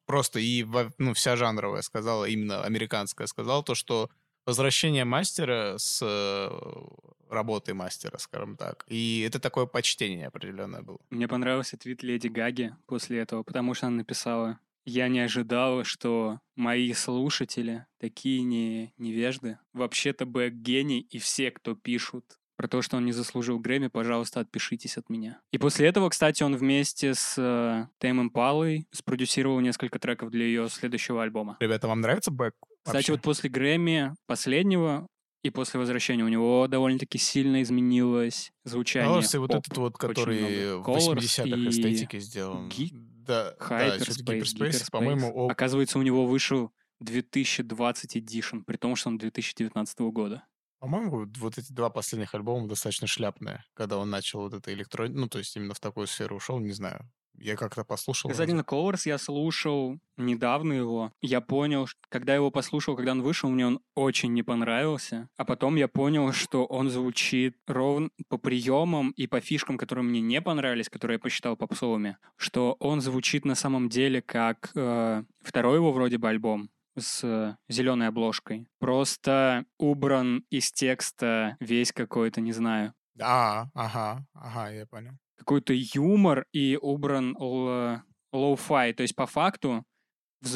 Speaker 7: просто и вся жанровая сказала, именно американская сказала, то, что возвращение мастера с работой мастера, скажем так. И это такое почтение определенное было.
Speaker 6: Мне понравился твит Леди Гаги после этого, потому что она написала: «Я не ожидала, что мои слушатели такие невежды. Вообще-то Бэк гений, и все, кто пишут про то, что он не заслужил Грэмми, пожалуйста, отпишитесь от меня». И после этого, кстати, он вместе с Тейм Импалой спродюсировал несколько треков для ее следующего альбома.
Speaker 7: Ребята, вам нравится Бэк?
Speaker 6: Кстати, вот после Грэмми последнего и после возвращения у него довольно-таки сильно изменилось звучание.
Speaker 7: Колорс и вот
Speaker 6: поп.
Speaker 7: этот вот,
Speaker 6: Очень
Speaker 7: который
Speaker 6: много.
Speaker 7: в
Speaker 6: Colors
Speaker 7: 80-х
Speaker 6: и
Speaker 7: эстетике сделан. Да, что-то Hyperspace, по-моему...
Speaker 6: Оказывается, у него вышел 2020 Edition, при том, что он 2019 года.
Speaker 7: По-моему, вот эти два последних альбома достаточно шляпные, когда он начал вот это ну, то есть именно в такую сферу ушел, не знаю. Я как-то послушал.
Speaker 6: Кстати, Colors я слушал недавно его. Я понял, когда его послушал, когда он вышел, мне он очень не понравился. А потом я понял, что он звучит ровно по приемам и по фишкам, которые мне не понравились, которые я посчитал попсовыми, что он звучит на самом деле как второй его вроде бы альбом с зеленой обложкой. Просто убран из текста весь какой-то, не знаю.
Speaker 7: Ага, я понял.
Speaker 6: Какой-то юмор и убран лоу-фай. То есть по факту в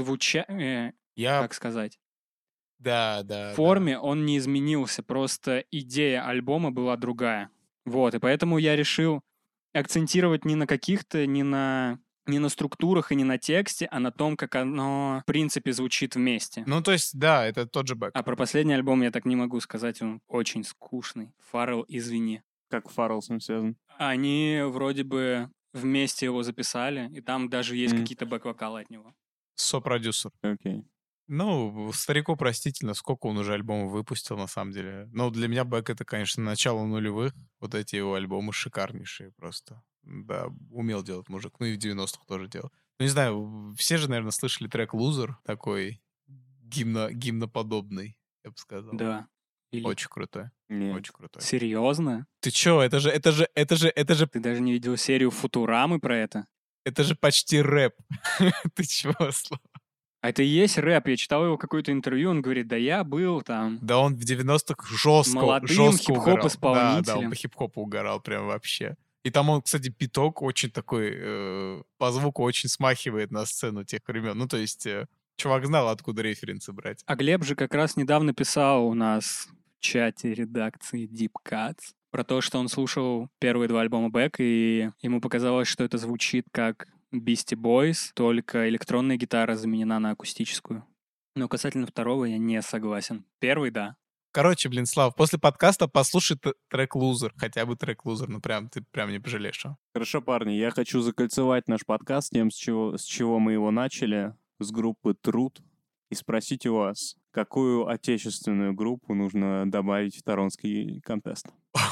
Speaker 6: как сказать?
Speaker 7: Да.
Speaker 6: В форме он не изменился, просто идея альбома была другая. Вот, и поэтому я решил акцентировать не на каких-то, не на структурах и не на тексте, а на том, как оно, в принципе, звучит вместе.
Speaker 7: Ну, то есть, да, это тот же Бэк.
Speaker 6: А про последний альбом я так не могу сказать, он очень скучный. Фаррелл, извини.
Speaker 5: Как Фаррелл с ним связан?
Speaker 6: Они вроде бы вместе его записали, и там даже есть какие-то бэк-вокалы от него.
Speaker 7: Сопродюсер.
Speaker 5: Окей.
Speaker 7: Ну, старику простительно, сколько он уже альбомов выпустил, на самом деле. Но для меня Бэк — это, конечно, начало нулевых. Вот эти его альбомы шикарнейшие просто. Да, умел делать мужик. Ну и в 90-х тоже делал. Ну, не знаю, все же, наверное, слышали трек «Лузер», такой гимноподобный, я бы сказал.
Speaker 6: Да.
Speaker 7: Очень крутой.
Speaker 5: Нет.
Speaker 7: Очень крутой.
Speaker 6: Серьезно?
Speaker 7: Ты чё? Это же...
Speaker 6: Ты даже не видел серию Футурамы про это?
Speaker 7: Это же почти рэп. Ты чего, Слава?
Speaker 6: А это и есть рэп. Я читал его какое-то интервью, он говорит, да я был там...
Speaker 7: Да он в 90-х жестко
Speaker 6: молодым
Speaker 7: угорал.
Speaker 6: хип-хоп-исполнителем.
Speaker 7: Да, он по хип-хопу угорал прям вообще. И там он, кстати, пяток очень такой, по звуку очень смахивает на сцену тех времен. Ну, то есть, чувак знал, откуда референсы брать.
Speaker 6: А Глеб же как раз недавно писал у нас в чате редакции Deep Cuts про то, что он слушал первые два альбома Бэк, и ему показалось, что это звучит как Beastie Boys, только электронная гитара заменена на акустическую. Но касательно второго я не согласен. Первый — да.
Speaker 7: Короче, блин, Слав, после подкаста послушай трек «Лузер», хотя бы трек «Лузер», ну прям, ты прям не пожалеешь.
Speaker 5: Хорошо, парни, я хочу закольцевать наш подкаст тем, с чего мы его начали, с группы Труд, и спросить у вас, какую отечественную группу нужно добавить в Торонский контест?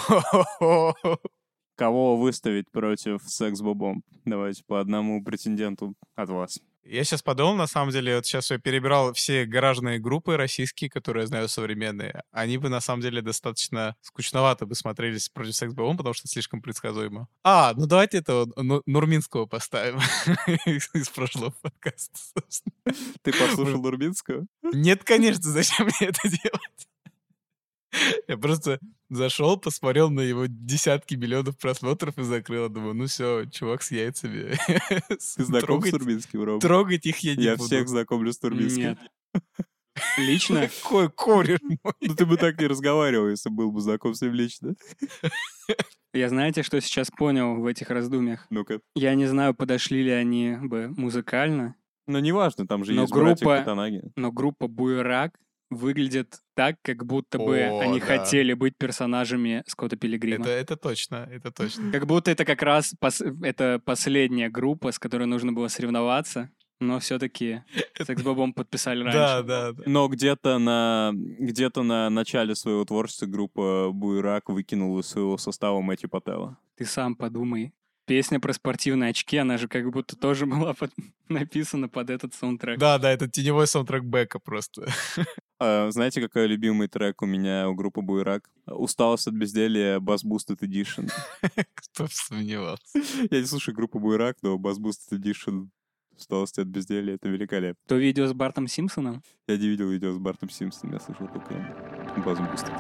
Speaker 5: Кого выставить против секс-бобомб? Давайте по одному претенденту от вас.
Speaker 7: Я сейчас подумал, на самом деле, вот сейчас я перебирал все гаражные группы российские, которые я знаю современные. Они бы, на самом деле, достаточно скучновато бы смотрелись против секс-бомб, потому что слишком предсказуемо. Ну давайте этого Нурминского поставим из прошлого подкаста, собственно.
Speaker 5: Ты послушал Нурминского?
Speaker 7: Нет, конечно, зачем мне это делать? Я просто зашел, посмотрел на его десятки миллионов просмотров и закрыл. Думаю, ну все, чувак с яйцами.
Speaker 5: Ты знаком с Нурминским, Ром?
Speaker 7: Трогать их я не буду.
Speaker 5: Я всех знакомлю с Нурминским.
Speaker 6: Нет. Лично?
Speaker 7: Какой кореш мой.
Speaker 5: Ну ты бы так не разговаривал, если был бы знаком с ним лично.
Speaker 6: Я знаете, что сейчас понял в этих раздумьях?
Speaker 5: Ну-ка.
Speaker 6: Я не знаю, подошли ли они бы музыкально,
Speaker 5: Но неважно, там же
Speaker 6: Но
Speaker 5: есть братья
Speaker 6: группа-
Speaker 5: Катанаги.
Speaker 6: но группа Буерак выглядит так, как будто бы
Speaker 7: О,
Speaker 6: они
Speaker 7: да.
Speaker 6: хотели быть персонажами Скотта Пилигрима.
Speaker 7: Это точно, это точно.
Speaker 6: Как будто это как раз это последняя группа, с которой нужно было соревноваться, но все-таки секс-бобом подписали раньше.
Speaker 7: Да.
Speaker 5: Но где-то на начале своего творчества группа Буерак выкинула из своего состава Мэтью Пателла.
Speaker 6: Ты сам подумай. Песня про спортивные очки, она же как будто тоже была написана под этот саундтрек.
Speaker 7: Да, это теневой саундтрек Бека просто.
Speaker 5: Знаете, какой любимый трек у меня у группы Буерак? «Усталость от безделья» Bass Boosted Edition.
Speaker 7: Кто бы сомневался.
Speaker 5: Я не слушаю группу Буерак, но Bass Boosted Edition Усталость от безделья — это великолепно.
Speaker 6: То видео с Бартом Симпсоном?
Speaker 5: Я не видел видео с Бартом Симпсоном, я слышал только базу пустоты.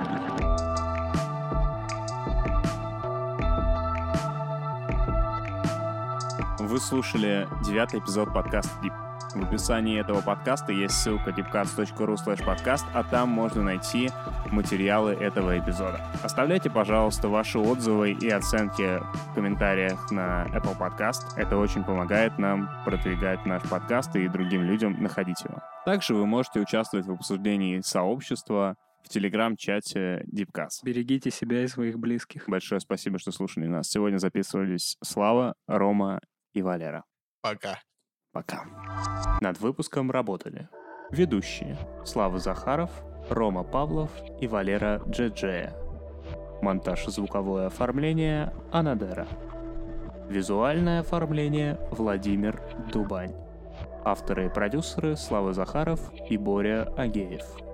Speaker 5: Вы слушали 9-й эпизод подкаста Deep. В описании этого подкаста есть ссылка deepcuts.ru/podcast, а там можно найти материалы этого эпизода. Оставляйте, пожалуйста, ваши отзывы и оценки в комментариях на Apple Podcast. Это очень помогает нам продвигать наш подкаст и другим людям находить его. Также вы можете участвовать в обсуждении сообщества в телеграм-чате Deepcuts.
Speaker 6: Берегите себя и своих близких.
Speaker 5: Большое спасибо, что слушали нас. Сегодня записывались Слава, Рома и Валера.
Speaker 7: Пока.
Speaker 5: Пока. Над выпуском работали ведущие Слава Захаров, Рома Павлов и Валера Джеджея. Монтаж и звуковое оформление Анадера. Визуальное оформление Владимир Дубань. Авторы и продюсеры Слава Захаров и Боря Агеев.